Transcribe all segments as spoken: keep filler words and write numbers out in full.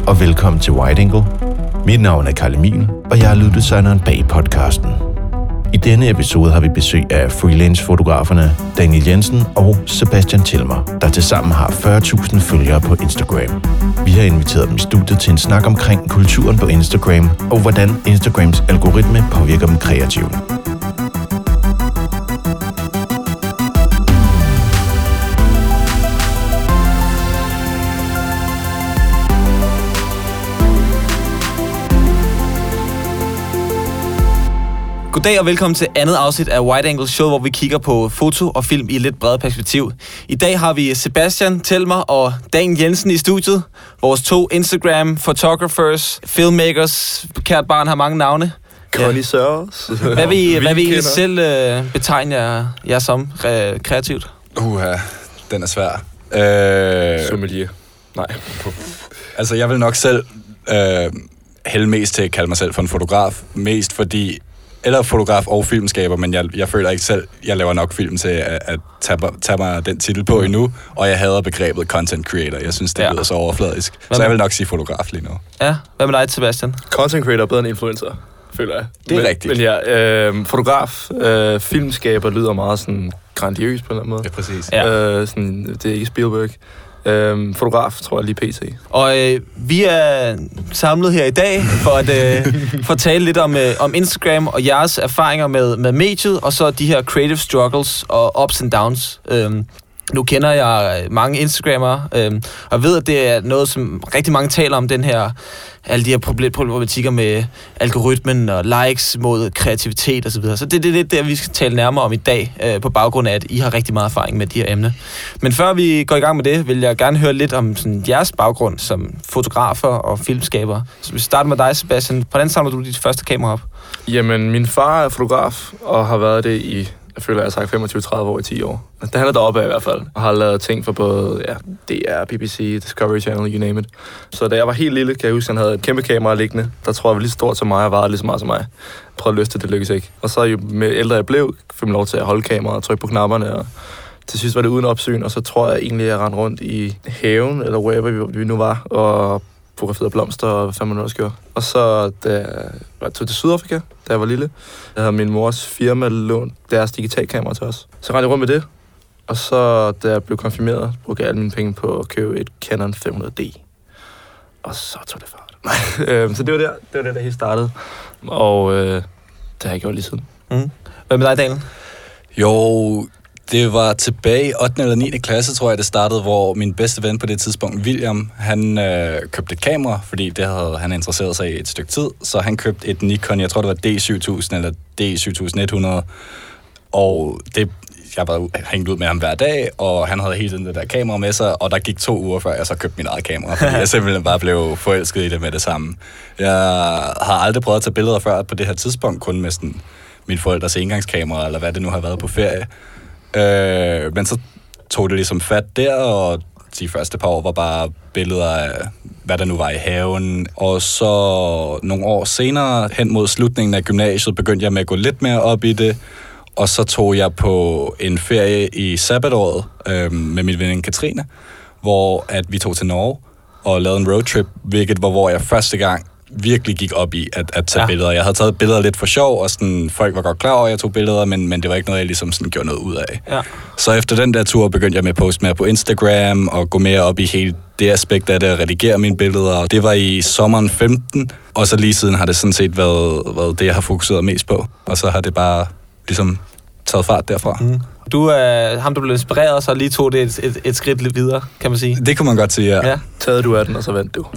og velkommen til Wide Angle. Mit navn er Carl Emil, og jeg er lyddesigneren bag podcasten. I denne episode har vi besøg af freelance-fotograferne Daniel Jensen og Sebastian Tilmer, der tilsammen har fyrre tusind følgere på Instagram. Vi har inviteret dem i studiet til en snak omkring kulturen på Instagram, og hvordan Instagrams algoritme påvirker dem kreativt. Goddag og velkommen til andet afsnit af Wide Angle Show, hvor vi kigger på foto og film i et lidt bredere perspektiv. I dag har vi Sebastian Tilmer og Daniel Jensen i studiet. Vores to Instagram photographers, filmmakers. Kært barn har mange navne. Connoisseurs. Hvad vil I, hvad vil I selv øh, betegne jer, jer som øh, kreativt? Uha, den er svær. Øh, Sommelier. Nej. Altså, jeg vil nok selv øh, hælde mest til at kalde mig selv for en fotograf. Mest fordi... Eller fotograf og filmskaber, men jeg, jeg føler ikke selv, jeg laver nok film til at, at tage, tage mig den titel på endnu, og jeg hader begrebet content creator. Jeg synes, det ja. lyder så overfladisk. Hvad så jeg vil nok sige fotograf lige nu. Ja, hvad med dig, Sebastian? Content creator er bedre end influencer, føler jeg. Det er men, rigtigt. Men ja, øh, fotograf, øh, filmskaber lyder meget sådan grandiøs på en eller anden måde. Ja, præcis. Ja. Øh, sådan, det er ikke Spielberg. Øhm, fotograf, tror jeg lige P C. Og øh, vi er samlet her i dag for at øh, fortælle lidt om, øh, om Instagram og jeres erfaringer med, med mediet, og så de her creative struggles og ups and downs. Øhm, nu kender jeg mange Instagrammere, øhm, og ved, at det er noget, som rigtig mange taler om, den her, alle de her problematikker med algoritmen og likes mod kreativitet osv. Så det er lidt det, vi skal tale nærmere om i dag, øh, på baggrund af, at I har rigtig meget erfaring med de her emner. Men før vi går i gang med det, vil jeg gerne høre lidt om sådan, jeres baggrund som fotografer og filmskaber. Så vi starter med dig, Sebastian. Hvordan samler du dit første kamera op? Jamen, min far er fotograf, og har været det i... Jeg føler, jeg har sagt femogtyve til tredive år i ti år. Det handler deroppe af i hvert fald. Og har lavet ting for både ja, D R, B B C, Discovery Channel, you name it. Så da jeg var helt lille, kan jeg huske, at han havde et kæmpe kamera liggende. Der tror jeg var lige så stort som mig og varede lige så meget som mig. Jeg prøvede at løfte det, det lykkedes ikke. Og så jo med ældre jeg blev, fik jeg lov til at holde kameraet og trykke på knapperne. Og til sidst var det uden opsyn, og så tror jeg egentlig, at jeg rendte rundt i haven, eller wherever vi nu var, og fotograferede blomster og hvad fanden man også gjorde. Og så da jeg tog til Sydafrika, da jeg var lille, der havde min mors firma lånt deres digitalkamera til os. Så rendte jeg rundt med det, og så da jeg blev konfirmeret, brugte jeg alle mine penge på at købe et Canon fem hundrede D. Og så tog det fart. Så det var der, det var der, der helt startede. Og øh, det har jeg gjort lige siden. Mm. Hvad med dig, Daniel? Jo... Det var tilbage i ottende eller niende klasse, tror jeg, det startede, hvor min bedste ven på det tidspunkt, William, han øh, købte et kamera, fordi det havde han interesseret sig i et stykke tid. Så han købte et Nikon, jeg tror det var D syv tusind eller D syv tusind et hundrede. Og det, jeg var hængt ud med ham hver dag, og han havde hele tiden det der kamera med sig, og der gik to uger før jeg så købte min eget kamera, fordi jeg simpelthen bare blev forelsket i det med det samme. Jeg har aldrig prøvet at tage billeder før på det her tidspunkt, kun med sådan mine forældres engangskamera, eller hvad det nu har været på ferie. Øh, men så tog det ligesom fat der, og de første par år var bare billeder af, hvad der nu var i haven. Og så nogle år senere, hen mod slutningen af gymnasiet, begyndte jeg med at gå lidt mere op i det. Og så tog jeg på en ferie i sabbatåret øh, med min veninde Katrine, hvor at vi tog til Norge og lavede en roadtrip, hvilket var, hvor jeg første gang virkelig gik op i at, at tage ja. billeder. Jeg havde taget billeder lidt for sjov, og sådan, folk var godt klar over, at jeg tog billeder, men, men det var ikke noget, jeg ligesom sådan gjorde noget ud af. Ja. Så efter den der tur begyndte jeg med at poste mere på Instagram, og gå mere op i hele det aspekt af det, at redigere mine billeder. Det var i sommeren femten, og så lige siden har det sådan set været, været det, jeg har fokuseret mest på. Og så har det bare ligesom taget fart derfra. Mm. Du er ham, du blev inspireret, og så lige tog det et, et, et skridt lidt videre, kan man sige. Det kunne man godt sige, ja. ja. Taget du af den, og så vandt du.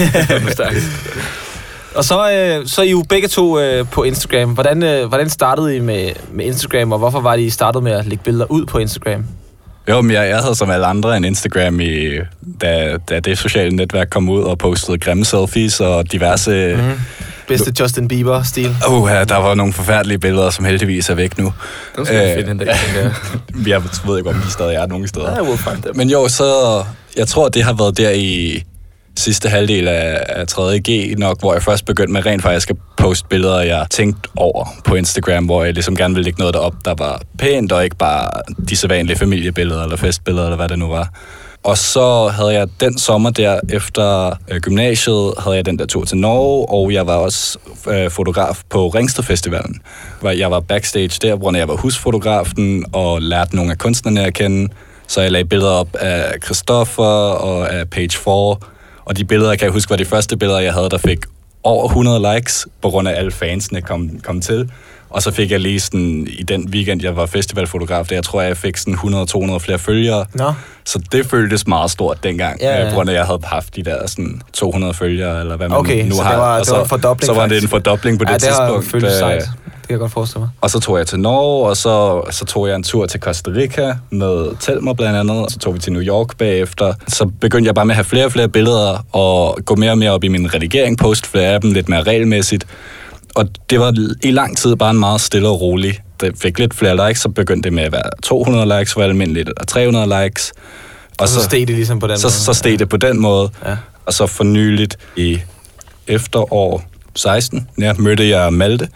Og så, øh, så er I jo begge to øh, på Instagram. Hvordan, øh, hvordan startede I med, med Instagram, og hvorfor var det, I startede med at lægge billeder ud på Instagram? Jo, men jeg, jeg havde som alle andre en Instagram, i, da, da det sociale netværk kom ud og postede grimme selfies og diverse... Mm. Bedste Justin Bieber-stil. Uh, ja, der var nogle forfærdelige billeder, som heldigvis er væk nu. Det skal vi finde en dag. Jeg ved ikke, om de stadig er nogle steder. I will find them. Men jo, så... Jeg tror, det har været der i sidste halvdel af, af tredje G nok, hvor jeg først begyndte med rent faktisk at poste billeder, jeg tænkte over på Instagram, hvor jeg ligesom gerne ville lægge noget derop, der var pænt, og ikke bare de sædvanlige familiebilleder, eller festbilleder, eller hvad det nu var. Og så havde jeg den sommer der efter øh, gymnasiet, havde jeg den der tur til Norge, og jeg var også øh, fotograf på Ringsted Festivalen. Jeg var backstage der, hvor jeg var husfotografen og lærte nogle af kunstnerne at kende. Så jeg lagde billeder op af Christoffer og af Page fire, og de billeder, kan jeg huske, var de første billeder, jeg havde, der fik over hundrede likes, på grund af alle fansene kom, kom til. Og så fik jeg lige sådan, i den weekend, jeg var festivalfotograf, der jeg tror, jeg fik sådan hundrede til to hundrede flere følgere. Nå. Så det føltes meget stort dengang, ja, ja. på grund af, at jeg havde haft de der sådan to hundrede følgere, eller hvad man okay, nu så har. Det var, og det så, var en fordobling, så var det faktisk. en fordobling på ja, det, det tidspunkt. Det føltes sejt. Det kan jeg godt forestille mig. Og så tog jeg til Norge, og så, så tog jeg en tur til Costa Rica med Telmer blandt andet, og så tog vi til New York bagefter. Så begyndte jeg bare med at have flere og flere billeder, og gå mere og mere op i min redigering, post flere af dem lidt mere regelmæssigt. Og det var i lang tid bare en meget stille og rolig. Det fik lidt flere likes, så begyndte det med at være to hundrede likes for almindeligt, eller tre hundrede likes. Og, og så, så steg det ligesom på den så, måde? Så steg det på den måde. Ja. Og så for nyligt i efterår seksten, ja, mødte jeg Malte,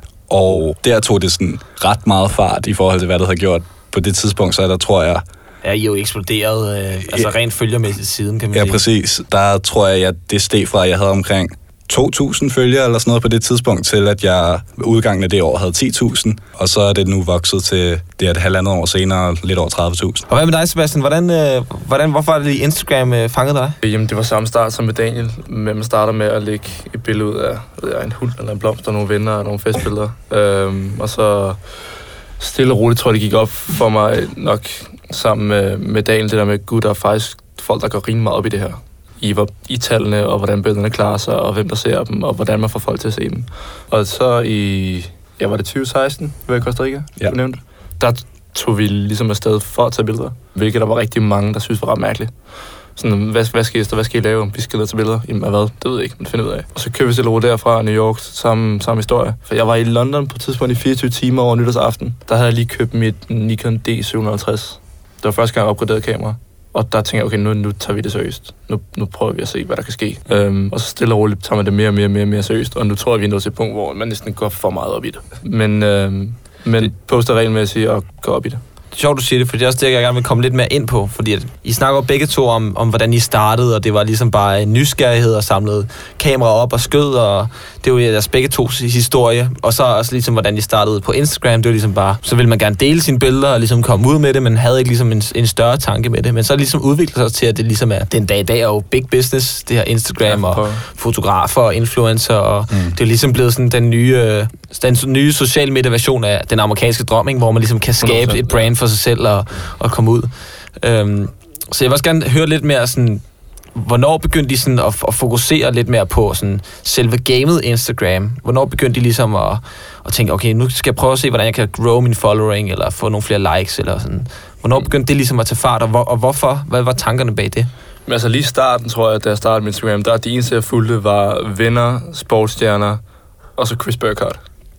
og der tog det sådan ret meget fart i forhold til, hvad det havde gjort på det tidspunkt, så der tror jeg... Ja, I er jo eksploderet, øh, altså ja, rent følgermæssigt siden, kan man ja, sige. Ja, præcis. Der tror jeg, at det steg fra, at jeg havde omkring to tusind følgere eller sådan noget på det tidspunkt, til at jeg ved udgangen af det år havde ti tusind, og så er det nu vokset til det et halvandet år senere, lidt over tredive tusind. Og hvad med dig, Sebastian? Hvordan, øh, hvordan, hvorfor er det lige Instagram øh, fangede dig? Jamen, det var samme start som med Daniel, men man starter med at lægge et billede ud af, af en hund eller en blomst og nogle venner og nogle festbilleder. Øhm, og så stille og roligt tror jeg, det gik op for mig nok sammen med, med Daniel, det der med, gud, der er faktisk folk, der går rimelig meget op i det her. I, i tallene, og hvordan billederne klarer sig, og hvem der ser dem, og hvordan man får folk til at se dem. Og så i, ja, var det tyve seksten, var i Costa Rica, ja. du nævnte. Der tog vi ligesom afsted for at tage billeder, hvilket der var rigtig mange, der synes var ret mærkeligt. Sådan, hvad, hvad skal I hvad skal I lave? Vi skal ned til billeder. Jamen, hvad? Det ved jeg ikke, men det finder ud af. Og så købte vi stille og derfra New York, samme, samme historie. For jeg var i London på et tidspunkt i fireogtyve timer over nytårsaften. Der havde jeg lige købt mit Nikon D syv halvtreds. Det var første gang, jeg opgraderede kamera. Og der tænker jeg, okay, nu, nu tager vi det seriøst. Nu, nu prøver vi at se, hvad der kan ske. Øhm, og så stille og roligt tager man det mere og mere og mere, mere seriøst. Og nu tror jeg, vi er nået til et punkt, hvor man næsten går for meget op i det. Men, øhm, men det poster regelmæssigt og går op i det. Det er sjovt, du siger det, for det er også det, jeg gerne vil komme lidt mere ind på. Fordi at I snakker jo begge to om, om, hvordan I startede, og det var ligesom bare en nysgerrighed og samlede kameraer op og skød, og det er jo jeres begge tos historie. Og så også ligesom, hvordan I startede på Instagram, det var ligesom bare, så ville man gerne dele sine billeder og ligesom komme ud med det, men havde ikke ligesom en, en større tanke med det. Men så ligesom udviklet sig til, at det ligesom er, den dag i dag er jo big business, det her Instagram og fotografer og influencer, og mm. det er ligesom blevet sådan den nye, den nye sociale medieversion af den amerikanske drøm, hvor man ligesom kan skabe et brand for sig selv og, og komme ud. Øhm, så jeg vil også gerne høre lidt mere sådan, hvornår begyndte I sådan at, at fokusere lidt mere på sådan selve gamet Instagram? Hvornår begyndte I ligesom at, at tænke, okay, nu skal jeg prøve at se, hvordan jeg kan grow min following, eller få nogle flere likes, eller sådan. Hvornår begyndte det ligesom at tage fart, og, hvor, og hvorfor? Hvad var tankerne bag det? Men altså lige starten, tror jeg, da jeg startede med Instagram, der de eneste, jeg fulgte, var venner, sportsstjerner, og så Chris Burkhardt.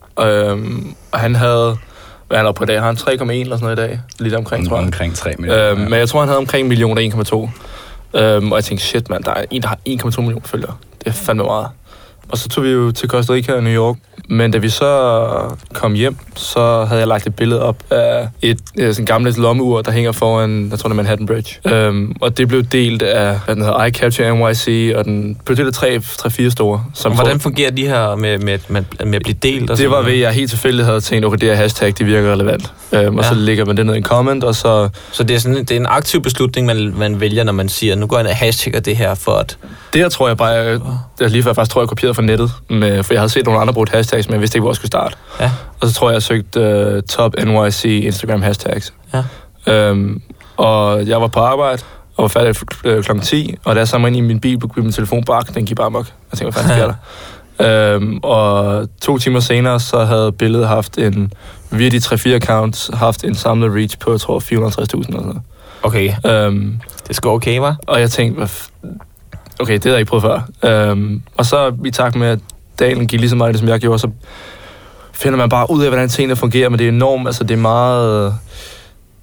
Øhm, og han havde... Hvad han er på i dag? Har han tre komma en eller sådan noget i dag? Lidt omkring, tror jeg. Omkring tre millioner. Øhm, men jeg tror, han havde omkring en million og en komma to. Øhm, og jeg tænkte, shit mand, der er en, der har en komma to millioner følgere. Det er fandme meget. Og så tog vi jo til Costa Rica og New York. Men da vi så kom hjem, så havde jeg lagt et billede op af et, et sådan gammelt lommeur, der hænger foran, jeg tror det er Manhattan Bridge. Øhm, og det blev delt af, hvad den hedder, iCapture N Y C, og den blev delt af tre, tre fire store. Som og hvordan fungerer de her med, med, med, med at blive delt? Og det var ved, at jeg helt tilfældigt havde tænkt, okay, det her hashtag, det virker relevant. Øhm, og ja. Så lægger man det ned i en comment, og så... Så det er, sådan, det er en aktiv beslutning, man, man vælger, når man siger, nu går jeg ind og hashtagger det her for at... Det her tror jeg bare, jeg, jeg lige før jeg faktisk tror, jeg kopierede fra nettet, med, for jeg havde set nogle andre brugt hashtags, men jeg vidste ikke, hvor jeg skulle starte. Ja. Og så tror jeg, jeg søgte uh, top N Y C Instagram hashtags. Ja. Øhm, og jeg var på arbejde, og var færdig øh, klokken ti, og da jeg samlede ind i min bil, blev min telefon bak, den gik bare amok. Jeg tænkte, hvad fanden sker der? øhm, og to timer senere, så havde billedet haft en, via de tre fire accounts, haft en samlet reach på, jeg tror, fire hundrede og halvtreds tusind eller sådan Okay. Øhm, det skal okay, hva'? Og jeg tænkte, hvad f- okay, det havde jeg ikke prøvet før. Øhm, og så i takt med, at dagen gik lige så meget, som jeg gjorde, så finder man bare ud af, hvordan tingene fungerer, men det er enormt, altså det er meget...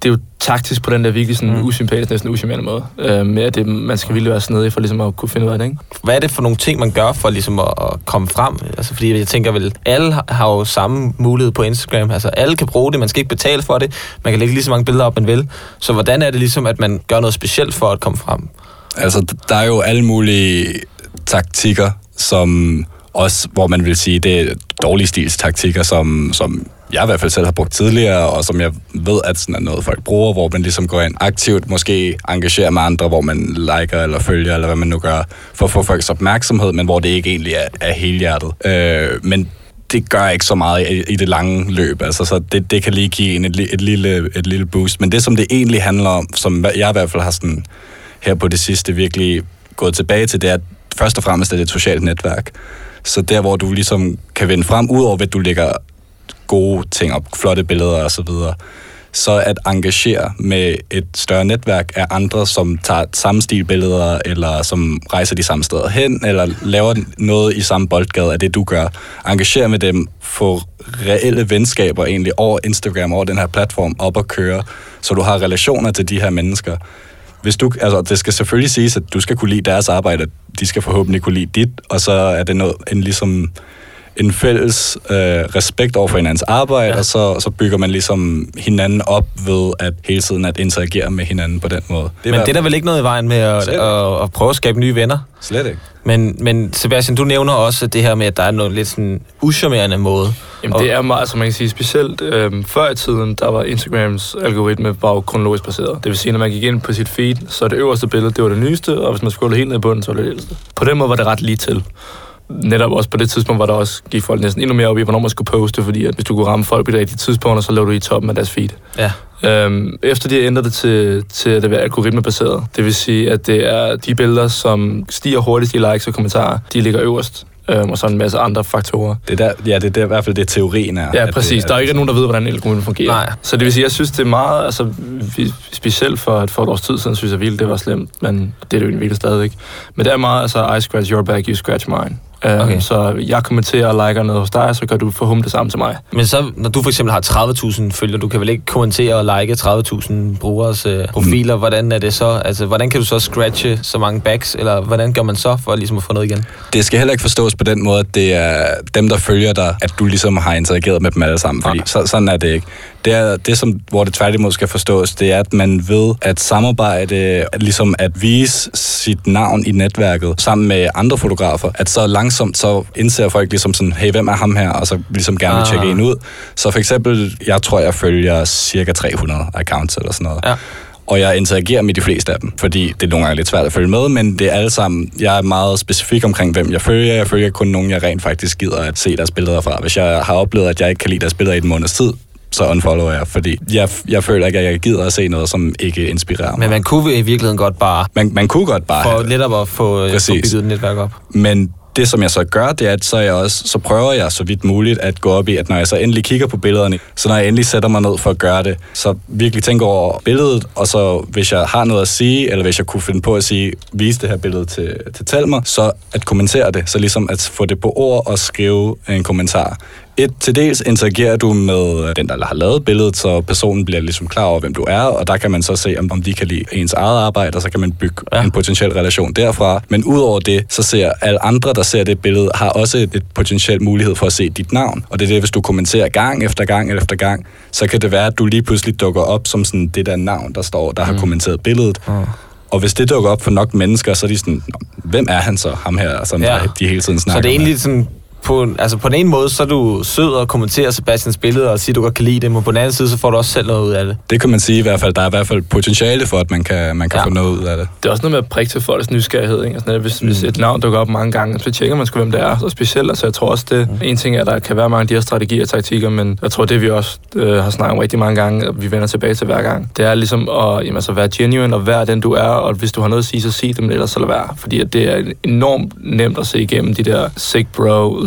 det er jo taktisk på den der virkelig sådan mm. usympatisk, næsten usympatisk måde. Øh, med at det, man skal virkelig være snedig for ligesom at kunne finde ud af det, ikke? Hvad er det for nogle ting, man gør for ligesom at, at komme frem? Altså, fordi jeg tænker vel, alle har jo samme mulighed på Instagram. Altså, alle kan bruge det, man skal ikke betale for det. Man kan lægge lige så mange billeder op, man vil. Så hvordan er det ligesom, at man gør noget specielt for at komme frem? Altså, der er jo alle mulige taktikker, som også, hvor man vil sige, det er dårlige stils taktikker, som, som jeg i hvert fald selv har brugt tidligere, og som jeg ved, at sådan er noget, folk bruger, hvor man ligesom går ind aktivt, måske engagerer med andre, hvor man liker eller følger, eller hvad man nu gør, for at få folks opmærksomhed, men hvor det ikke egentlig er, er helhjertet. Øh, men det gør ikke så meget i, i det lange løb, altså, så det, det kan lige give en et, et, lille, et lille boost. Men det, som det egentlig handler om, som jeg i hvert fald har sådan her på det sidste virkelig gået tilbage til, det er, at først og fremmest er det et socialt netværk. Så der, hvor du ligesom kan vinde frem, udover at du lægger gode ting op, flotte billeder og så videre, så at engagere med et større netværk af andre, som tager samme stilbilleder, eller som rejser de samme steder hen, eller laver noget i samme boldgade af det, du gør. Engagere med dem, få reelle venskaber egentlig over Instagram, over den her platform, op og køre, så du har relationer til de her mennesker. Hvis du, altså, det skal selvfølgelig siges, at du skal kunne lide deres arbejde, de skal forhåbentlig kunne lide dit, og så er det noget, en ligesom en fælles øh, respekt over for hinandens arbejde, ja. og så, så bygger man ligesom hinanden op ved at hele tiden at interagere med hinanden på den måde. Det Men det er der vel ikke noget i vejen med at, at, at prøve at skabe nye venner? Slet ikke. Men, men Sebastian, du nævner også det her med, at der er noget lidt sådan uschammerende måde. Jamen det er meget, altså man kan sige specielt øhm, før i tiden, der var Instagrams algoritme bare kronologisk baseret. Det vil sige, når man gik ind på sit feed, så det øverste billede, det var det nyeste, og hvis man scrollede helt ned i bunden, så var det det ældste. På den måde var det ret lige til. Netop også på det tidspunkt, hvor der også gik folk næsten endnu mere op i, hvornår man skulle poste, fordi at hvis du kunne ramme folk på de rigtige tidspunkter, så lå du i toppen af deres feed. Ja. Øhm, efter de ændrede det til, til at det være algoritmebaseret, det vil sige, at det er de billeder, som stiger hurtigst i likes og kommentarer, de ligger øverst. Øhm, og så en masse andre faktorer. Det der, ja, det er i hvert fald det, teorien er. Ja, præcis. Det, der er ikke nogen, der ved, hvordan algoritmen fungerer. Nej. Så det vil sige, jeg synes, det er meget, altså, specielt for, for et års tid siden, synes jeg virkelig, det var slemt, men det er det jo virkelig stadigvæk. Men det er meget, altså, I scratch your back, you scratch mine. Okay. Um, så jeg kommenterer og liker noget hos dig, så kan du forhåbentlig det samme til mig. Men så, når du for eksempel har tredive tusind følgere, du kan vel ikke kommentere og like tredive tusind brugers uh, profiler, mm. hvordan er det så? Altså, hvordan kan du så scratche så mange backs, eller hvordan gør man så for ligesom at få noget igen? Det skal heller ikke forstås på den måde, at det er dem, der følger dig, at du ligesom har interageret med dem alle sammen, fordi så, sådan er det ikke. Det er det, som, hvor det tværtimod skal forstås, det er, at man ved at samarbejde, ligesom at vise sit navn i netværket sammen med andre fotografer, at så langsomt så indser folk ligesom sådan, hey, hvem er ham her? Og så ligesom gerne vil tjekke en ud. Så for eksempel, jeg tror, jeg følger cirka tre hundrede accounts eller sådan noget. Ja. Og jeg interagerer med de fleste af dem, fordi det er nogle gange lidt svært at følge med, men det er alle sammen, jeg er meget specifik omkring, hvem jeg følger. Jeg følger kun nogen, jeg rent faktisk gider at se deres billeder fra. Hvis jeg har oplevet, at jeg ikke kan lide deres billeder i en måneds tid, så unfollower jeg, fordi jeg, jeg føler ikke, at jeg gider at se noget, som ikke inspirerer mig. Men man kunne i virkeligheden godt bare... Man, man kunne godt bare... For lidt at få, få bygget et netværk op. Men det, som jeg så gør, det er, at så, jeg også, så prøver jeg så vidt muligt at gå op i, at når jeg så endelig kigger på billederne, så når jeg endelig sætter mig ned for at gøre det, så virkelig tænker over billedet, og så hvis jeg har noget at sige, eller hvis jeg kunne finde på at sige, vise det her billede til, til Telmer, så at kommentere det, så ligesom at få det på ord og skrive en kommentar. Et, til dels interagerer du med den, der har lavet billedet, så personen bliver ligesom klar over, hvem du er, og der kan man så se, om, om de kan lide ens eget arbejde, og så kan man bygge ja. en potentiel relation derfra. Men udover det, så ser alle andre, der ser det billede, har også et, et potentielt mulighed for at se dit navn. Og det er det, hvis du kommenterer gang efter gang efter gang, så kan det være, at du lige pludselig dukker op som sådan det der navn, der står, der mm. har kommenteret billedet. Mm. Og hvis det dukker op for nok mennesker, så er de sådan, hvem er han så, ham her, som ja. de hele tiden snakker. Så det er egentlig sådan... På, altså på den ene måde, så er du sød og kommenterer Sebastians billeder og siger, du godt kan lide dem, og på den anden side, så får du også selv noget ud af det. Det kan man sige i hvert fald. Der er i hvert fald potentiale for, at man kan, man kan ja. få noget ud af det. Det er også noget med at prikke til folks nysgerrighed. Ikke? Altså, hvis, mm. hvis et navn dukker op mange gange, så tjekker man sgu, hvem det er. Og specielt, altså jeg tror også, det mm. en ting er, at der kan være mange af de her strategier og taktikker, men jeg tror, det vi også øh, har snakket om rigtig mange gange, og vi vender tilbage til hver gang, det er ligesom at jamen, altså, være genuine og være den, du er, og hvis du har noget at sige, så sig det, men ellers så lad være. Fordi at det er enormt nemt at se igennem de der sick bro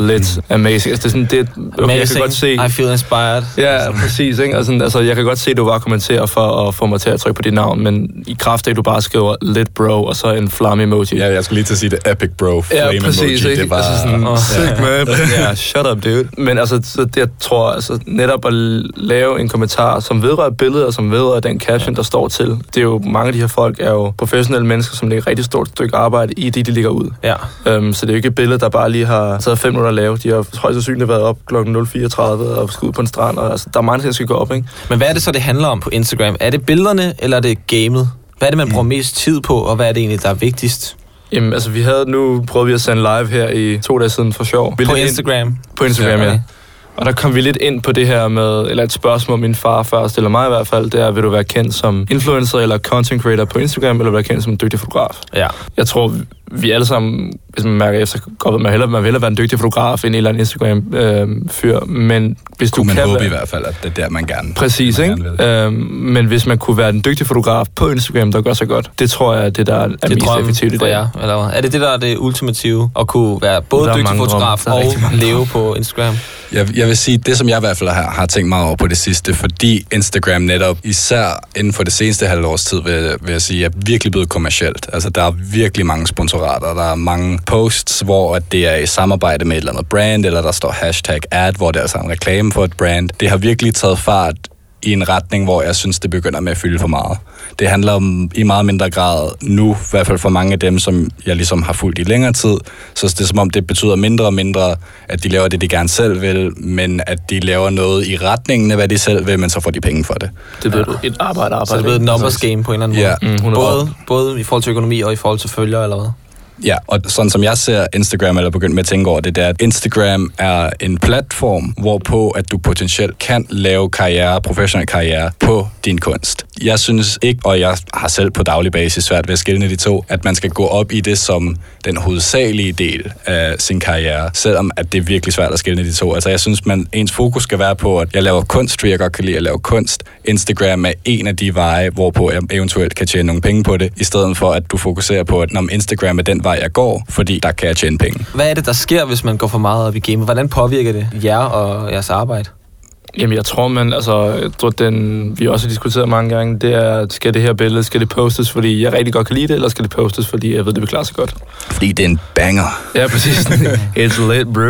lidt mm. amazing. Altså, det er sådan, det, okay, amazing, jeg kan godt se... I feel inspired. Ja, præcis. Ikke? Altså, altså, jeg kan godt se, at du bare kommenterer for at få mig til at trykke på dit navn, men i kraft af, at du bare skriver lidt bro, og så en flamme emoji. Ja, jeg skulle lige til at sige det epic bro, flame ja, præcis, emoji. Det var... Altså sådan, oh, sick, man. Ja, shut up, dude. Men altså, så det, jeg tror, altså, netop at lave en kommentar, som vedrører billedet, og som vedrører den caption, der står til. Det er jo, mange af de her folk er jo professionelle mennesker, som lægger et rigtig stort stykke arbejde i det, de ligger ud. Ja. Um, så det er jo ikke et billede, der bare lige har taget fem minutter at lave. De har højst sandsynligt været op klokken nul fireogtredive og skal ud på en strand, og altså, der er mange ting, der skal gå op, ikke? Men hvad er det så, det handler om på Instagram? Er det billederne, eller er det gamet? Hvad er det, man bruger mest tid på, og hvad er det egentlig, der er vigtigst? Jamen, altså, vi havde nu prøvet vi at sende live her i to dage siden for sjov. På Instagram? Ind, på Instagram, ja. Og der kom vi lidt ind på det her med, eller et spørgsmål, min far først, eller mig i hvert fald, det er, vil du være kendt som influencer eller content creator på Instagram, eller vil du være kendt som en dygtig fotograf? Ja. Jeg tror, vi alle sammen, hvis man mærker efter, godt ved, man hellere, man vil hellere være en dygtig fotograf end en eller anden Instagram-fyr, øh, men hvis kunne du man kan håbe være, i hvert fald, at det er der, man gerne præcis, man ikke? Gerne øh, men hvis man kunne være en dygtig fotograf på Instagram, der gør sig godt, det tror jeg, det der er det mest effektivt i dag. Jer, eller hvad? Er det det, der er det ultimative, at kunne være både dygtig fotograf og leve på Instagram? Jeg, jeg vil sige, det som jeg i hvert fald har, har tænkt meget over på det sidste, fordi Instagram netop, især inden for det seneste halvårs tid, vil, vil jeg sige, er virkelig blevet kommercielt. Altså, der er virkelig mange sponsorater, der er mange posts, hvor det er i samarbejde med et eller andet brand, eller der står hashtag ad, hvor det er altså en reklame for et brand. Det har virkelig taget fart i en retning, hvor jeg synes, det begynder med at fylde for meget. Det handler om i meget mindre grad nu, i hvert fald for mange af dem, som jeg ligesom har fulgt i længere tid, så det er som om, det betyder mindre og mindre, at de laver det, de gerne selv vil, men at de laver noget i retningen af, hvad de selv vil, men så får de penge for det. Det er blevet ja. et arbejde, arbejde. Så det er blevet et numbers game på en eller anden måde. Ja. Mm, både, både i forhold til økonomi og i forhold til følgere, eller hvad? Ja, og sådan som jeg ser Instagram, eller begyndt med at tænke over det, det er, at Instagram er en platform, hvorpå at du potentielt kan lave karriere, professionel karriere på din kunst. Jeg synes ikke, og jeg har selv på daglig basis svært ved at skille de to, at man skal gå op i det som den hovedsagelige del af sin karriere, selvom at det er virkelig svært at skille de to. Altså jeg synes, man ens fokus skal være på, at jeg laver kunst, fordi jeg godt kan lide at lave kunst. Instagram er en af de veje, hvorpå jeg eventuelt kan tjene nogle penge på det, i stedet for at du fokuserer på, at når Instagram er den vej, jeg går, fordi der kan jeg tjene penge. Hvad er det, der sker, hvis man går for meget op i gamet? Hvordan påvirker det jer og jeres arbejde? Jamen, jeg tror, man, altså, jeg tror, den, vi også har diskuteret mange gange, det er, skal det her billede, skal det postes, fordi jeg rigtig godt kan lide det, eller skal det postes, fordi jeg ved, det vil klare sig godt? Fordi det er en banger. Ja, præcis. It's lit, bro.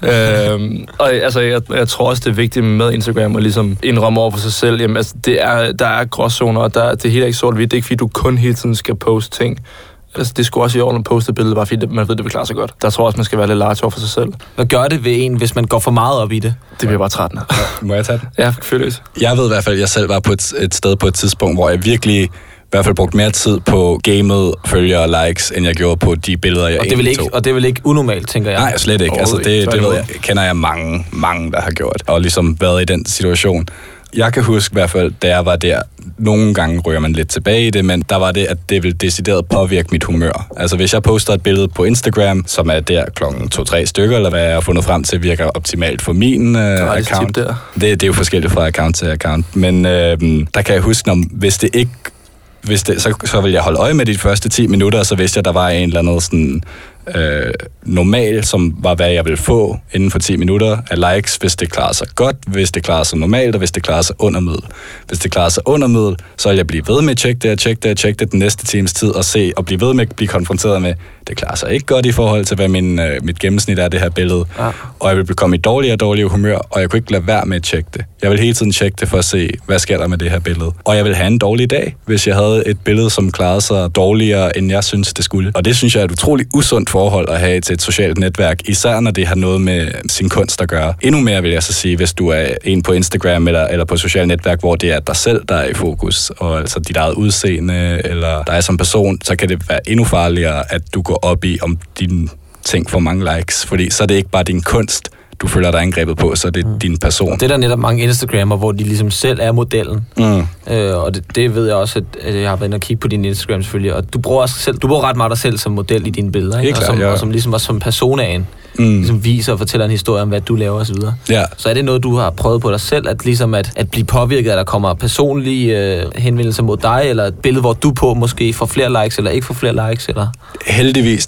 øhm, og altså, jeg, jeg tror også, det er vigtigt med Instagram at ligesom indrømme over for sig selv. Jamen, altså, det er, der er gråzoner, og der, det er helt ikke sort-hvidt. Det er ikke, fordi du kun hele tiden skal poste ting. Altså, det skulle også i orden at poste billeder, bare fordi man ved, det vil klare sig godt. Der tror jeg også, man skal være lidt large over for sig selv. Hvad gør det ved en, hvis man går for meget op i det? Det bliver bare trættende. Må jeg tage den? Ja, føleløs. Jeg ved i hvert fald, at jeg selv var på et, et sted på et tidspunkt, hvor jeg virkelig i hvert fald brugt mere tid på gamet, følgere og likes, end jeg gjorde på de billeder, jeg og det vil ikke, tog. Og det er vel ikke unormalt, tænker jeg? Nej, slet ikke. Altså, det, det ved jeg, kender jeg mange, mange, der har gjort, og ligesom været i den situation. Jeg kan huske i hvert fald, da jeg var der, nogle gange ryger man lidt tilbage i det, men der var det, at det ville decideret påvirke mit humør. Altså hvis jeg poster et billede på Instagram, som er der klokken to-tre stykker, eller hvad jeg har fundet frem til, virker optimalt for min uh, account. Det, det er jo forskelligt fra account til account, men øh, der kan jeg huske, når, hvis det ikke, hvis det, så, så vil jeg holde øje med de første ti minutter, og så vidste jeg, at der var en eller anden sådan øh, normal, som var, hvad jeg ville få inden for ti minutter af likes, hvis det klarer sig godt, hvis det klarer sig normalt, og hvis det klarer sig under middel. Hvis det klarer sig under middel, så vil jeg blive ved med at tjekke det, og tjekke det, og tjekke det den næste times tid, og se, og blive ved med at blive konfronteret med, det klarer sig ikke godt i forhold til, hvad min, øh, mit gennemsnit er, det her billede. Ja. Og jeg vil komme i dårligere og dårligere humør, og jeg kunne ikke lade være med at tjekke det. Jeg vil hele tiden tjekke det for at se, hvad sker der med det her billede. Og jeg vil have en dårlig dag, hvis jeg havde et billede, som klarede sig dårligere, end jeg synes, det skulle. Og det synes jeg er et utroligt usundt forhold at have til et socialt netværk, især når det har noget med sin kunst at gøre. Endnu mere vil jeg så sige, hvis du er en på Instagram eller, eller på socialt netværk, hvor det er dig selv, der er i fokus, og altså dit eget udseende, eller dig som person, så kan det være endnu farligere, at du går op i, om dine ting får mange likes, fordi så er det ikke bare din kunst, du føler dig angrebet på, så det er mm. din person. Det er der netop mange Instagrammer, hvor de ligesom selv er modellen. Mm. Øh, og det, det ved jeg også, at, at jeg har været inde og kigge på din Instagram selvfølgelig, og du bruger, også selv, du bruger ret meget dig selv som model i dine billeder, ikke? Klar, og, som, ja. og som ligesom også som personaen, mm. ligesom viser og fortæller en historie om, hvad du laver osv. Ja. Så er det noget, du har prøvet på dig selv, at ligesom at, at blive påvirket, at der kommer personlige øh, henvendelser mod dig, eller et billede, hvor du på måske får flere likes, eller ikke får flere likes, eller? Heldigvis nej.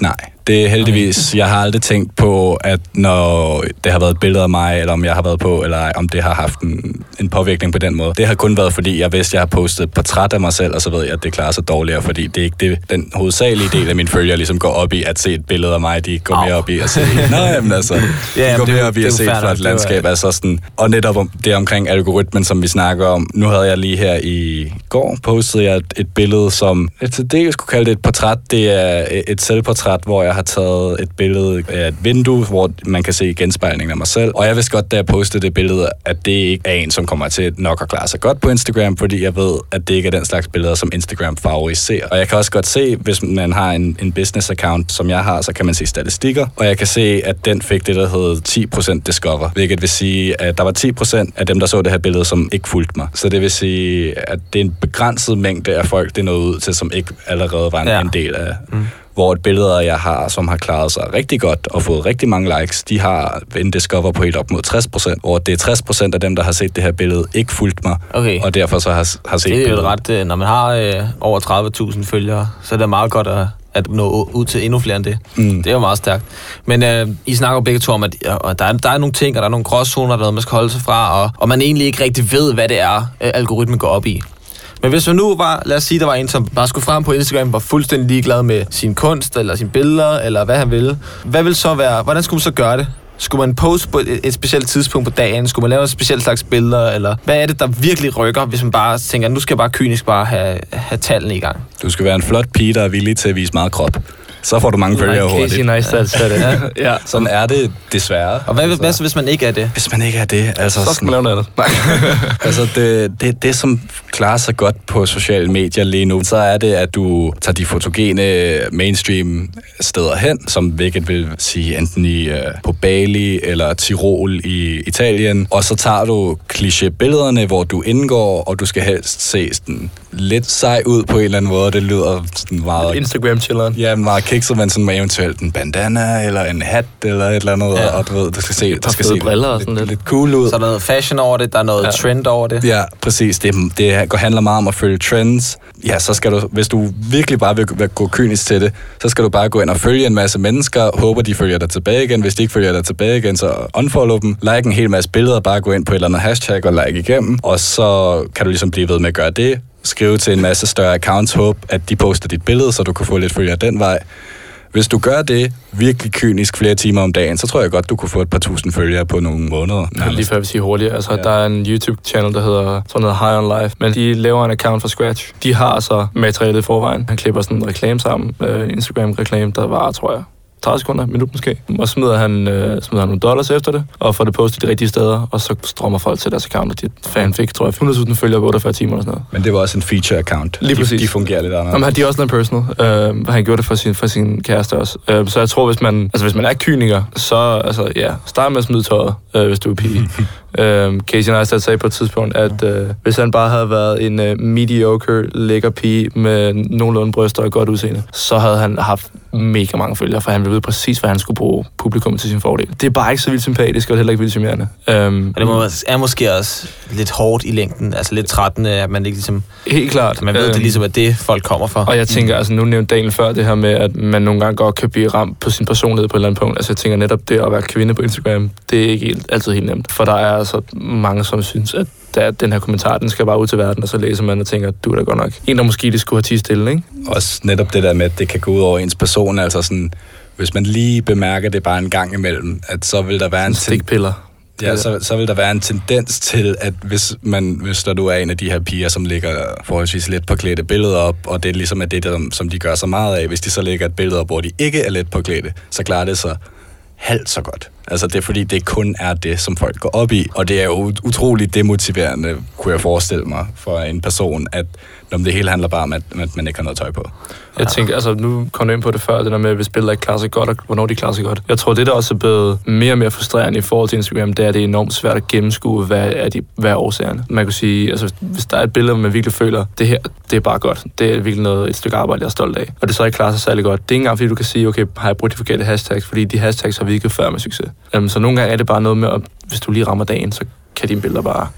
Det er heldigvis, jeg har aldrig tænkt på, at når det har været et billede af mig, eller om jeg har været på, eller om det har haft en, en påvirkning på den måde. Det har kun været, fordi jeg vidste, at jeg har postet et portræt af mig selv, og så ved jeg, at det klarer sig dårligere, fordi det er ikke det, den hovedsagelige del af mine følgere ligesom går op i at se et billede af mig. De går Au. mere op i at se, nej, men altså, de går mere op i at se et flot landskab. Altså sådan, og netop om, det omkring algoritmen, som vi snakker om. Nu havde jeg lige her i går postet jeg et, et billede, som jeg til dels kunne kalde det et portræt. Det er et selvportræt, hvor jeg har taget et billede af et vindue, hvor man kan se genspejlingen af mig selv. Og jeg vidste godt, da jeg postede det billede, at det ikke er en, som kommer til nok at klare sig godt på Instagram, fordi jeg ved, at det ikke er den slags billeder, som Instagram favoriserer. Og jeg kan også godt se, hvis man har en, en business-account, som jeg har, så kan man se statistikker, og jeg kan se, at den fik det, der hed ti procent discover, hvilket vil sige, at der var ti procent af dem, der så det her billede, som ikke fulgte mig. Så det vil sige, at det er en begrænset mængde af folk, det nåede ud til, som ikke allerede var en, ja. en del af... Mm. Hvor et billeder, jeg har, som har klaret sig rigtig godt og fået rigtig mange likes, de har en discover på helt op mod tres procent, hvor det er tres procent af dem, der har set det her billede, ikke fulgt mig, okay. og derfor så har, har set det. Det er jo ret, når man har øh, over tredive tusind følgere, så er det meget godt at, at nå ud til endnu flere end det. Mm. Det er jo meget stærkt. Men øh, I snakker begge to om, at og der, er, der er nogle ting, og der er nogle gråzoner, der man skal holde sig fra, og, og man egentlig ikke rigtig ved, hvad det er, øh, algoritmen går op i. Men hvis man nu var, lad os sige, der var en, som bare skulle frem på Instagram, var fuldstændig ligeglad med sin kunst, eller sine billeder, eller hvad han ville. Hvad vil så være, hvordan skulle man så gøre det? Skulle man poste på et, et specielt tidspunkt på dagen? Skulle man lave et specielt slags billeder? Eller hvad er det, der virkelig rykker, hvis man bare tænker, nu skal jeg bare kynisk bare have, have tallene i gang? Du skal være en flot pige, der er villig til at vise meget krop. Så får du mange følgere hurtigt. Casey Neistat, så det. Ja. ja. Sådan er det desværre. Og hvad, altså, hvad så, hvis man ikke er det? Hvis man ikke er det, altså... Så skal man lave noget andet. altså, det, det, det, som klarer sig godt på sociale medier lige nu, så er det, at du tager de fotogene mainstream steder hen, som hvilket vil sige enten i, uh, på Bali eller Tirol i Italien, og så tager du kliché-billederne, hvor du indgår, og du skal helst se sådan lidt sej ud på en eller anden måde. Det lyder sådan meget... Instagram-chilleren. Ja, meget kikset, men sådan med eventuelt en bandana, eller en hat, eller et eller andet, ja. og du ved, du skal se, du skal se briller og sådan lidt, lidt cool ud. Så er der noget fashion over det, der er noget ja. trend over det. Ja, præcis. Det, det handler meget om at følge trends. Ja, så skal du, hvis du virkelig bare vil gå kynisk til det, så skal du bare gå ind og følge en masse mennesker, håber de følger dig tilbage igen. Hvis de ikke følger dig tilbage igen, så unfollow dem. Like en hel masse billeder, bare gå ind på et eller andet hashtag og like igennem, og så kan du ligesom blive ved med at gøre det. Skrive til en masse større accounts, håb, at de poster dit billede, så du kan få lidt følgere den vej. Hvis du gør det virkelig kynisk flere timer om dagen, så tror jeg godt, du kunne få et par tusind følgere på nogle måneder. Ja, lige før jeg vil sige hurtigt. Altså, ja. Der er en YouTube-channel, der hedder sådan noget High on Life, men de laver en account fra scratch. De har så materialet i forvejen. Han klipper sådan en reklame sammen, uh, Instagram-reklame, der var, tror jeg, tredive sekunder, minut måske. Og smider han, øh, smider han nogle dollars efter det, og får det postet de rigtige steder, og så strømmer folk til deres account, og de fan fik, tror jeg, hundrede tusind følgere på otteogfyrre timer eller sådan noget. Men det var også en feature-account. Lige de, præcis. De fungerer lidt andet. Jamen, han, de er også en personal. Øh, han gjorde det for sin, for sin kæreste også. Øh, så jeg tror, hvis man, altså, hvis man er kyniker, så altså, ja, start med at smide tøjet, øh, hvis du er pige. øh, Casey Neistat sagde på et tidspunkt, at øh, hvis han bare havde været en øh, mediocre, lækker pige med nogenlunde bryster og godt udseende, så havde han haft mega mange følgere, for han ville vide præcis, hvad han skulle bruge publikum til sin fordel. Det er bare ikke så vildt sympatisk, og heller ikke vildt charmerende. Um, og det må, er måske også lidt hårdt i længden, altså lidt trættende, at man ikke ligesom... Helt klart. Man ved, um, det ligesom er det, folk kommer for. Og jeg tænker, altså nu nævnte Daniel før det her med, at man nogle gange godt kan blive ramt på sin personlighed på et eller andet punkt. Altså jeg tænker netop, det at være kvinde på Instagram, det er ikke helt, altid helt nemt. For der er altså mange, som synes, at der, den her kommentar, den skal bare ud til verden, og så læser man og tænker, du er da godt nok en, der måske det skulle have tige stille, ikke? Også netop det der med, at det kan gå ud over ens person, altså sådan, hvis man lige bemærker det bare en gang imellem, at så vil der være en... Stikpiller. Ja, så, så vil der være en tendens til, at hvis man, hvis der du er en af de her piger, som lægger forholdsvis let påklædte billeder op, og det ligesom er det, der, som de gør så meget af, hvis de så lægger et billede op, hvor de ikke er let påklædte, så klarer det sig halvt så godt. Altså det er fordi, det kun er det, som folk går op i. Og det er jo utroligt demotiverende, kunne jeg forestille mig, for en person, at når det hele handler bare om, at man ikke har noget tøj på. Jeg tænker, altså nu kom du ind på det før, det der med, hvis billeder ikke klarer sig godt, og hvornår de klarer sig godt. Jeg tror, det der også er blevet mere og mere frustrerende i forhold til Instagram, det er, det er enormt svært at gennemskue, hvad er, de, hvad er årsagerne. Man kan sige, altså hvis der er et billede, hvor man virkelig føler, det her, det er bare godt. Det er virkelig noget, et stykke arbejde, jeg er stolt af. Og det så ikke klarer sig særlig godt. Det er ikke engang, fordi du kan sige, okay, har jeg brugt de forkerte hashtags, fordi de hashtags har virket før med succes. Um, så nogle gange er det bare noget med, at hvis du lige rammer dagen, så kan dine billeder bare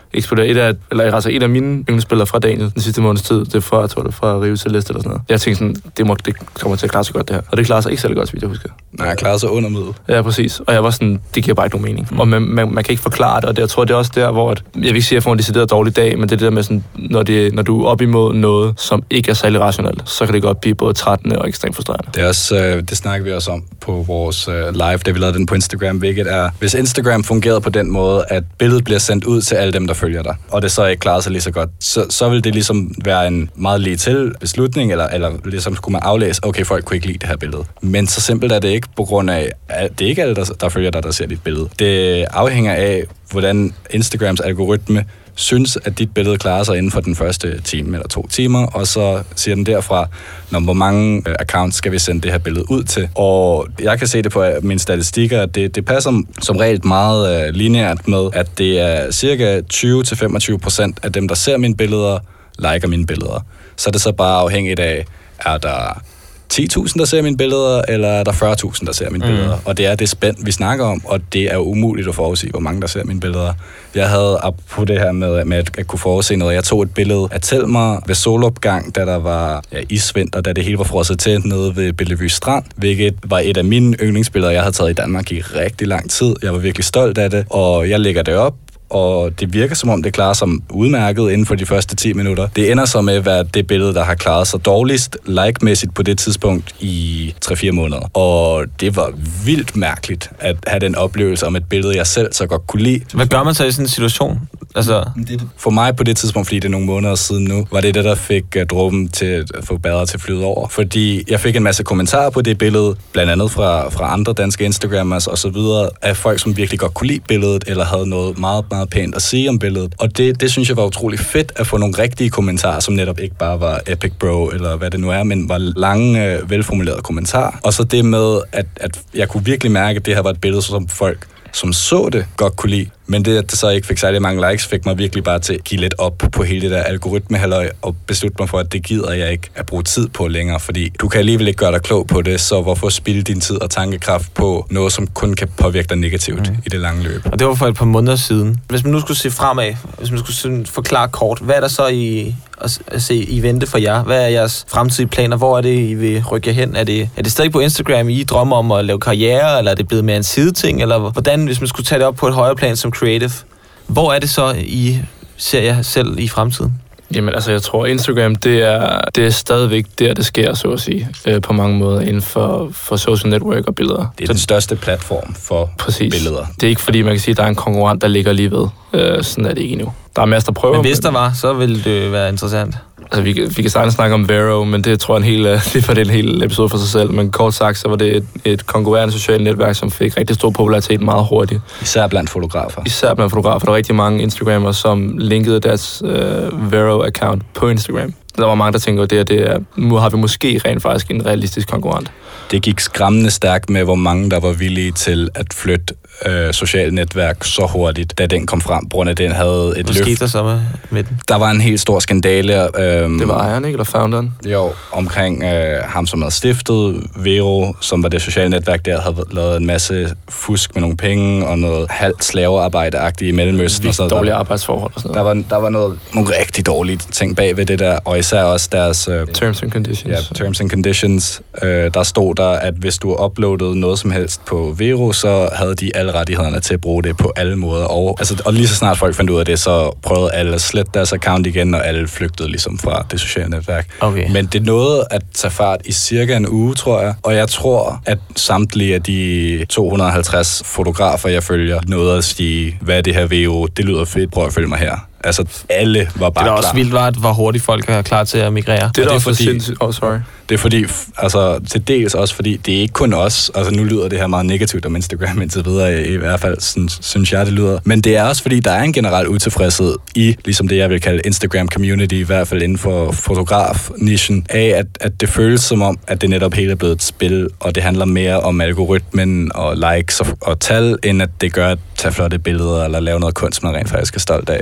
eksploderet. Et af, eller altså et af mine yndlingsspillere fra Daniel den sidste måneds tid, det er fra, jeg tror det er fra Rio til Leicester eller sådan noget. Jeg tænkte sådan, det, må, det kommer til at klare sig godt det her. Og det klarer sig ikke særlig godt, så vidt jeg husker. Nej, jeg klarer sig under middel. Ja, præcis. Og jeg var sådan, det giver bare ikke nogen mening. Mm. Og man, man, man kan ikke forklare det, og det, jeg tror, det er også der, hvor at, jeg vil ikke sige, at jeg får en decideret dårlig dag, men det er det der med sådan, når, det, når du er op imod noget, som ikke er særlig rationelt, så kan det godt blive både trættende og ekstremt frustrerende. Det er også, øh, det snakker vi også om på vores øh, live, da vi lavede den på Instagram, hvilket er, hvis Instagram fungerede på den måde, at billedet bliver sendt ud til alle dem, der følger dig, og det så ikke klarer sig lige så godt, så, så vil det ligesom være en meget lige til beslutning, eller, eller ligesom skulle man aflæse, okay, folk kunne ikke lide det her billede. Men så simpelt er det ikke, på grund af, at det er ikke alle, der, der følger dig, der ser dit billede. Det afhænger af, hvordan Instagrams algoritme synes, at dit billede klarer sig inden for den første time eller to timer, og så siger den derfra, når, hvor mange accounts skal vi sende det her billede ud til. Og jeg kan se det på mine statistikker, at det, det passer som regel meget uh, lineært med, at det er cirka tyve til femogtyve procent af dem, der ser mine billeder, liker mine billeder. Så er det så bare afhængigt af, er der ti tusind, der ser mine billeder, eller er der fyrre tusind, der ser mine mm. billeder? Og det er det spænd, vi snakker om, og det er jo umuligt at forudsige, hvor mange, der ser mine billeder. Jeg havde på det her med, med at, at kunne forudse noget. Jeg tog et billede af Telmer ved solopgang, da der var ja, isvinter, da det hele var frosset til nede ved Bellevue Strand, hvilket var et af mine yndlingsbilleder, jeg havde taget i Danmark i rigtig lang tid. Jeg var virkelig stolt af det, og jeg lægger det op, og det virker som om, det klarer sig udmærket inden for de første ti minutter. Det ender så med at være det billede, der har klaret sig dårligst like-mæssigt på det tidspunkt i tre fire måneder. Og det var vildt mærkeligt at have den oplevelse om et billede, jeg selv så godt kunne lide. Hvad gør man så i sådan en situation? Altså... For mig på det tidspunkt, fordi det er nogle måneder siden nu, var det det, der fik uh, dråben til at få badere til at flyde over. Fordi jeg fik en masse kommentarer på det billede, blandt andet fra, fra andre danske Instagrammers og så videre, af folk, som virkelig godt kunne lide billedet, eller havde noget meget, meget pænt at sige om billedet. Og det, det synes jeg var utrolig fedt, at få nogle rigtige kommentarer, som netop ikke bare var epic bro, eller hvad det nu er, men var lange, uh, velformulerede kommentarer. Og så det med, at, at jeg kunne virkelig mærke, at det her var et billede, som folk, som så det, godt kunne lide. Men det, at det så ikke fik særlig mange likes, fik mig virkelig bare til at give lidt op på hele det der algoritmehalløj, og beslutte mig for, at det gider jeg ikke at bruge tid på længere, fordi du kan alligevel ikke gøre dig klog på det, så hvorfor spilde din tid og tankekraft på noget, som kun kan påvirke dig negativt mm. i det lange løb. Og det var for et par måneder siden. Hvis man nu skulle se fremad, hvis man skulle forklare kort, hvad er der så i at se i vente for jer? Hvad er jeres fremtidige planer? Hvor er det, I vil rykke jer hen? Er det, er det stadig på Instagram, I drømmer om at lave karriere, eller er det blevet mere en sideting? Eller hvordan, hvis man skulle tage det op på et højere plan som creative, hvor er det så, I ser jer selv i fremtiden? Jamen altså, jeg tror, Instagram, det er, det er stadigvæk der, det sker, så at sige, øh, på mange måder inden for, for social network og billeder. Det er den største platform for Præcis. Billeder. Det er ikke fordi, man kan sige, at der er en konkurrent, der ligger lige ved. Øh, sådan er det ikke endnu. Der er masser, der prøver. Men hvis der var, så ville det være interessant. Altså, vi, vi kan sagtens snakke om Vero, men det tror jeg en hel, det var det en hel episode for sig selv. Men kort sagt, så var det et, et konkurrerende socialt netværk, som fik rigtig stor popularitet meget hurtigt. Især blandt fotografer. Især blandt fotografer. Der var rigtig mange Instagrammer, som linkede deres øh, Vero-account på Instagram. Der var mange, der tænker, at det, det er, nu har vi måske rent faktisk en realistisk konkurrent. Det gik skræmmende stærkt med, hvor mange der var villige til at flytte øh, socialt netværk så hurtigt, da den kom frem, på grund af, den havde et løft. Hvad skete der så med, med den? Der var en helt stor skandale. Øh, det var ejeren, ikke? Eller founderen? Jo, omkring øh, ham, som havde stiftet Vero, som var det sociale netværk, der havde lavet en masse fusk med nogle penge og noget halvt slavearbejde-agtigt i Mellemøsten. Og sådan dårlige arbejdsforhold og sådan noget. Der var, der var noget, nogle rigtig dårlige ting bag ved det der, og især også deres... Øh, terms and conditions. Ja, terms and conditions. Øh, der stod der, at hvis du uploadede noget som helst på Vero, så havde de alle rettighederne til at bruge det på alle måder. Og, altså, og lige så snart folk fandt ud af det, så prøvede alle at slette deres account igen, og alle flygtede ligesom fra det sociale netværk. Okay. Men det nåede at tage fart i cirka en uge, tror jeg. Og jeg tror, at samtlige af de to hundrede og halvtreds fotografer, jeg følger, nåede at sige, hvad er det her Vero? Det lyder fedt, prøv at følge mig her. Altså, alle var bare klar. Det er også vildt, var, hvor hurtigt folk er klar til at migrere. Det er, det er fordi, sindssygt. Oh, sorry. Det er fordi, altså til dels også fordi, det er ikke kun os, altså nu lyder det her meget negativt om Instagram indtil videre, i hvert fald sådan, synes jeg, det lyder. Men det er også fordi, der er en generel utilfredshed i, ligesom det jeg vil kalde Instagram community, i hvert fald inden for fotograf-nischen, af at, at det føles som om, at det netop hele er blevet et spil, og det handler mere om algoritmen og likes og, og tal, end at det gør at tage flotte billeder eller lave noget kunst, man rent faktisk er stolt af. Så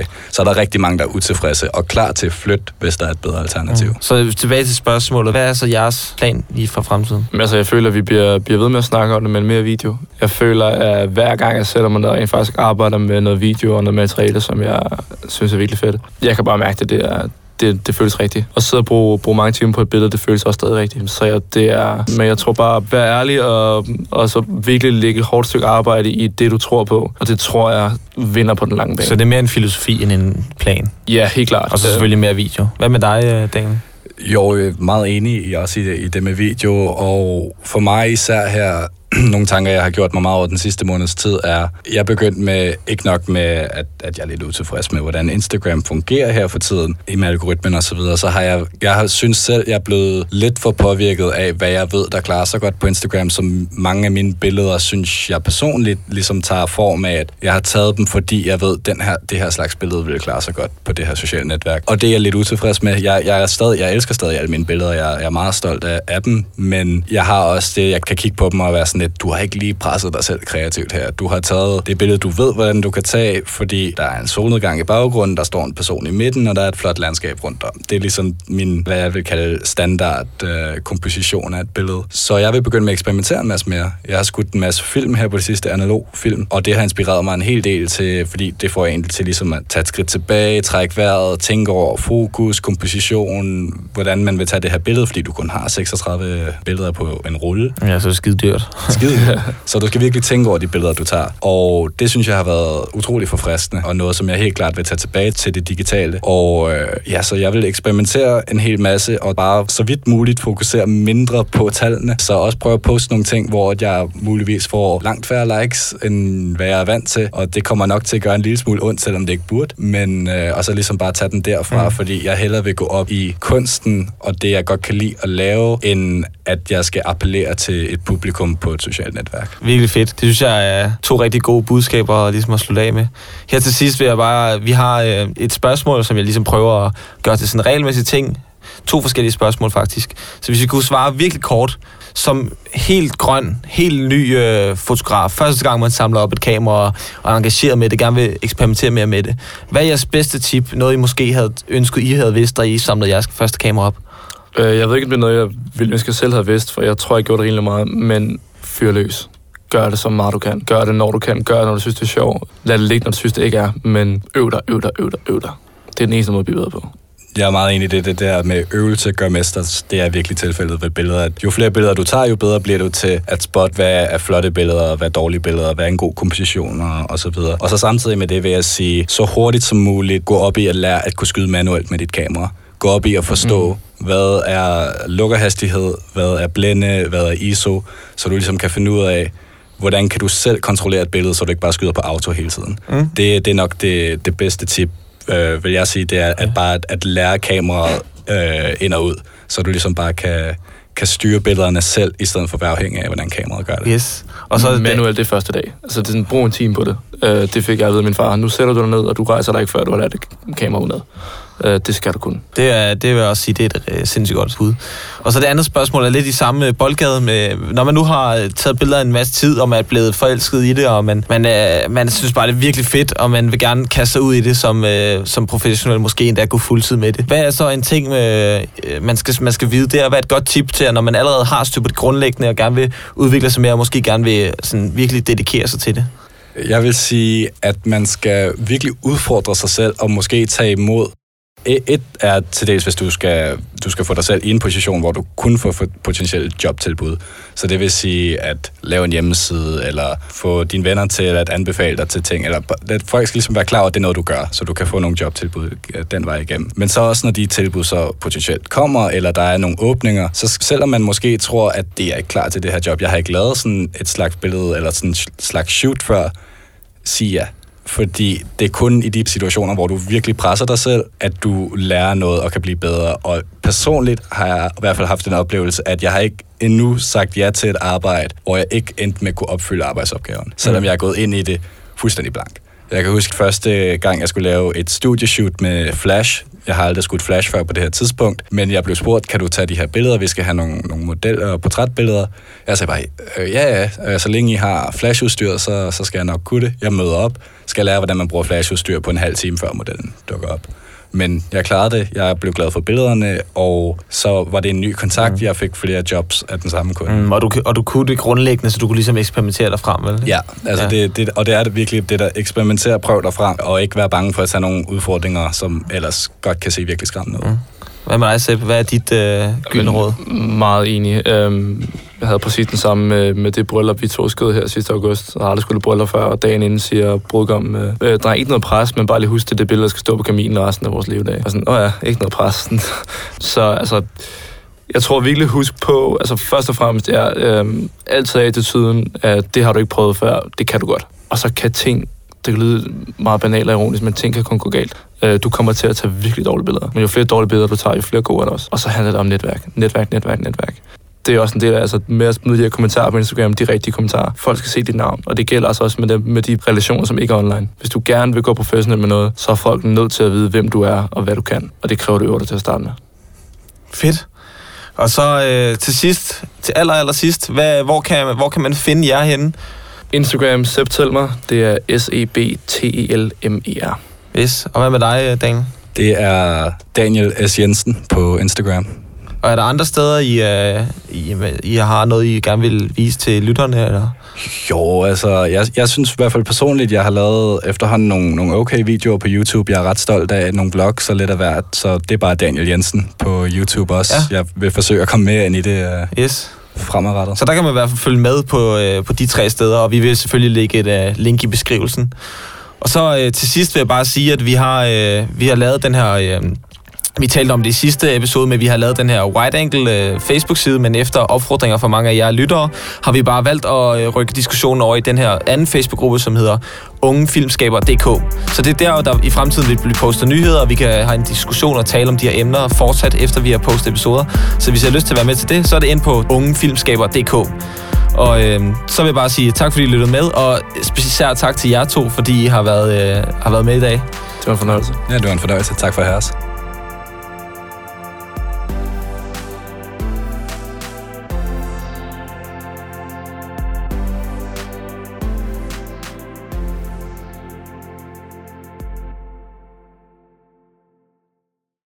der rigtig mange, der er utilfredse og klar til at flytte, hvis der er et bedre alternativ. Mm. Så tilbage til spørgsmålet. Hvad er så jeres plan lige for fremtiden? Men altså, jeg føler, at vi bliver, bliver ved med at snakke om det, men mere video. Jeg føler, at hver gang jeg sætter mig ned og faktisk arbejder med noget video og noget materiale, som jeg synes er virkelig fedt. Jeg kan bare mærke, at det er Det, det føles rigtigt. Og sidde og bruge, bruge mange timer på et billede, det føles også stadig rigtigt. Så jeg, det er, men jeg tror bare, at være ærlig og, og så virkelig lægge et hårdt stykke arbejde i det, du tror på. Og det tror jeg vinder på den lange bane. Så det er mere en filosofi end en plan? Ja, helt klart. Og så selvfølgelig mere video. Hvad med dig, Daniel? Jo, jeg er meget enig i, også i det, i det med video, og for mig især her, nogle tanker, jeg har gjort mig meget over den sidste måneds tid, er, jeg er begyndt med, ikke nok med, at, at jeg er lidt utilfreds med, hvordan Instagram fungerer her for tiden, i med algoritmen og så videre, så har jeg, jeg har synes selv, jeg er blevet lidt for påvirket af, hvad jeg ved, der klarer sig godt på Instagram, som mange af mine billeder, synes jeg personligt, ligesom tager form af, at jeg har taget dem, fordi jeg ved, den her, det her slags billede vil klare sig godt på det her sociale netværk. Og det er jeg lidt utilfreds med. Jeg, jeg, er stadig, jeg elsker stadig alle mine billeder, jeg, jeg er meget stolt af, af dem, men jeg har også det, jeg kan kigge på dem og være sådan lidt, du har ikke lige presset dig selv kreativt her. Du har taget det billede, du ved, hvordan du kan tage, fordi der er en solnedgang i baggrunden, der står en person i midten, og der er et flot landskab rundt om. Det er ligesom min, hvad jeg vil kalde standard øh, komposition af et billede. Så jeg vil begynde med at eksperimentere en masse mere. Jeg har skudt en masse film her på det sidste, analog film, og det har inspireret mig en hel del til, fordi det får jeg egentlig til ligesom at tage et skridt tilbage, trække vejret, tænke over fokus, komposition, hvordan man vil tage det her billede, fordi du kun har seksogtredive billeder på en rulle. Ja, så er det skide dyrt. Skide. Så du skal virkelig tænke over de billeder, du tager. Og det synes jeg har været utrolig forfriskende, og noget, som jeg helt klart vil tage tilbage til det digitale. Og øh, ja, så jeg vil eksperimentere en hel masse, og bare så vidt muligt fokusere mindre på tallene. Så også prøve at poste nogle ting, hvor jeg muligvis får langt færre likes, end hvad jeg er vant til. Og det kommer nok til at gøre en lille smule ondt, selvom det ikke burde. Men, øh, og så ligesom bare tage den derfra, mm. fordi jeg hellere vil gå op i kunsten, og det jeg godt kan lide at lave, end at jeg skal appellere til et publikum på et socialt netværk. Virkelig fedt. Det synes jeg er to rigtig gode budskaber ligesom at slutte af med. Her til sidst vil jeg bare, vi har øh, et spørgsmål, som jeg ligesom prøver at gøre til sådan en regelmæssig ting. To forskellige spørgsmål faktisk. Så hvis vi kunne svare virkelig kort, som helt grøn, helt ny øh, fotograf, første gang man samler op et kamera og er engageret med det, gerne vil eksperimentere mere med det. Hvad er jeres bedste tip? Noget I måske havde ønsket, I havde vidst, da I samlede jeres første kamera op? Jeg ved ikke, om det er noget, jeg ville ønske, jeg selv havde vidst, for jeg tror, jeg gjorde det rimelig meget, men fyr løs. Gør det så meget du kan. Gør det, når du kan. Gør det, når du synes, det er sjovt. Lad det ligge, når du synes, det ikke er, men øv dig, øv dig, øv dig, øv dig. Det er den eneste måde at blive bedre på. Jeg er meget enig i det, det der med øvelse gør mester. Det er virkelig tilfældet ved billeder. At jo flere billeder du tager, jo bedre bliver du til at spotte, hvad er flotte billeder, hvad er dårlige billeder, hvad er en god komposition og, og så videre. Og så samtidig med det vil jeg sige, så hurtigt som muligt, gå op i at lære at kunne skyde manuelt med dit kamera. Gå op i at forstå, mm. hvad er lukkerhastighed, hvad er blænde, hvad er I S O, så du ligesom kan finde ud af, hvordan kan du selv kontrollere et billede, så du ikke bare skyder på auto hele tiden. Mm. Det, det er nok det, det bedste tip, øh, vil jeg sige, det er at bare at, at lære kameraet øh, ind og ud, så du ligesom bare kan, kan styre billederne selv, i stedet for at være afhængig af, hvordan kameraet gør det. Yes. Og så manuelt det første dag. Altså, det er sådan, brug en time på det. Øh, det fik jeg at vide af min far. Nu sætter du dig ned, og du rejser dig ikke, før du har lært det kamera ud. Øh, det skal du kunne. Det, er, det vil jeg også sige, det er et uh, sindssygt godt bud. Og så det andet spørgsmål er lidt i samme boldgade med, når man nu har taget billeder en masse tid, og man er blevet forelsket i det, og man, man, uh, man synes bare, det er virkelig fedt, og man vil gerne kaste sig ud i det som, uh, som professionel, måske endda gå fuldtid med det. Hvad er så en ting, uh, man, skal, man skal vide der? Hvad er et godt tip til, når man allerede har styr på det grundlæggende, og gerne vil udvikle sig mere, og måske gerne vil sådan, virkelig dedikere sig til det? Jeg vil sige, at man skal virkelig udfordre sig selv, og måske tage imod. Et er til dels, hvis du skal, du skal få dig selv i en position, hvor du kun får potentielt jobtilbud. Så det vil sige at lave en hjemmeside, eller få dine venner til at anbefale dig til ting. Eller folk skal ligesom være klar over, at det er noget, du gør, så du kan få nogle jobtilbud den vej igennem. Men så også, når de tilbud så potentielt kommer, eller der er nogle åbninger, så selvom man måske tror, at det er ikke klar til det her job, jeg har ikke lavet sådan et slags billede, eller sådan et slags shoot før, sig ja. Fordi det er kun i de situationer, hvor du virkelig presser dig selv, at du lærer noget og kan blive bedre. Og personligt har jeg i hvert fald haft den oplevelse, at jeg har ikke endnu sagt ja til et arbejde, hvor jeg ikke endte med at kunne opfylde arbejdsopgaven. Selvom jeg er gået ind i det fuldstændig blank. Jeg kan huske første gang, jeg skulle lave et studieshoot med Flash. Jeg har aldrig skudt flash før på det her tidspunkt, men jeg blev spurgt, kan du tage de her billeder? Vi skal have nogle, nogle modeller og portrætbilleder. Jeg sagde bare, øh, ja, ja, så længe I har flashudstyr, så, så skal jeg nok kunne det. Jeg møder op, skal lære, hvordan man bruger flashudstyr på en halv time før modellen dukker op. Men jeg klarede det, jeg blev glad for billederne, og så var det en ny kontakt, mm. jeg fik flere jobs af den samme kunde. Mm, og, du, og du kunne det grundlæggende, så du kunne ligesom eksperimentere dig frem, vel? Ja, altså ja. Det, det, og det er det virkelig det der eksperimentere, prøv dig frem, og ikke være bange for at tage nogle udfordringer, som ellers godt kan se virkelig skræmmende ud. Mm. Hvad med dig, Sepp? Hvad er dit øh, gyldne råd? Meget enig. Øhm, jeg havde præcis den samme med, med det bryllup, vi to skød her sidste august. Jeg har aldrig skulle bryllup før, og dagen inden siger brudgom, øh, der er ikke noget pres, men bare lige husk det, det billede, der skal stå på kaminen resten af vores levedag. Og sådan, åh ja, ikke noget pres. Så altså, jeg tror virkelig husk på, altså først og fremmest er øhm, altid attituden, at det har du ikke prøvet før, det kan du godt. Og så kan ting, det kan lyde meget banalt og ironisk, men ting kan kun gå galt. Du kommer til at tage virkelig dårlige billeder. Men jo flere dårlige billeder du tager, jo flere gode er der også. Og så handler det om netværk. Netværk, netværk, netværk. Det er også en del af, altså med at smide de her kommentarer på Instagram, de rigtige kommentarer. Folk skal se dit navn, og det gælder altså også med, dem, med de relationer, som ikke er online. Hvis du gerne vil gå professionelt med noget, så er folk nødt til at vide, hvem du er og hvad du kan. Og det kræver du øver dig til at starte med. Fedt. Og så øh, til sidst, til aller, aller sidst, hvad, hvor, kan, hvor kan man finde jer henne? Instagram, Sepp Telmer, det er S E B T E L M E R. Yes. Og hvad med dig, Daniel? Det er Daniel S. Jensen på Instagram. Og er der andre steder, I, uh, I, I har noget, I gerne vil vise til lytterne? Eller? Jo, altså, jeg, jeg synes i hvert fald personligt, jeg har lavet efterhånden nogle, nogle okay videoer på YouTube. Jeg er ret stolt af nogle vlogs og lidt af hvert, så det er bare Daniel Jensen på YouTube også. Ja. Jeg vil forsøge at komme mere ind i det uh, yes. fremadrettet. Så der kan man i hvert fald følge med på, uh, på de tre steder, og vi vil selvfølgelig lægge et uh, link i beskrivelsen. Og så øh, til sidst vil jeg bare sige, at vi har, øh, vi har lavet den her... Øh, vi talte om det i sidste episode, men vi har lavet den her Wide Angle øh, Facebook-side, men efter opfordringer fra mange af jer lyttere, har vi bare valgt at øh, rykke diskussionen over i den her anden Facebook-gruppe, som hedder ungefilmskaber punktum d k. Så det er der, der i fremtiden vil blive postet nyheder, og vi kan have en diskussion og tale om de her emner fortsat, efter vi har postet episoder. Så hvis I har lyst til at være med til det, så er det ind på ungefilmskaber punktum d k. Og øh, så vil jeg bare sige tak, fordi I lyttede med, og specielt tak til jer to, fordi I har været, øh, har været med i dag. Det var en fornøjelse. Ja, det var en fornøjelse. Tak for at have os.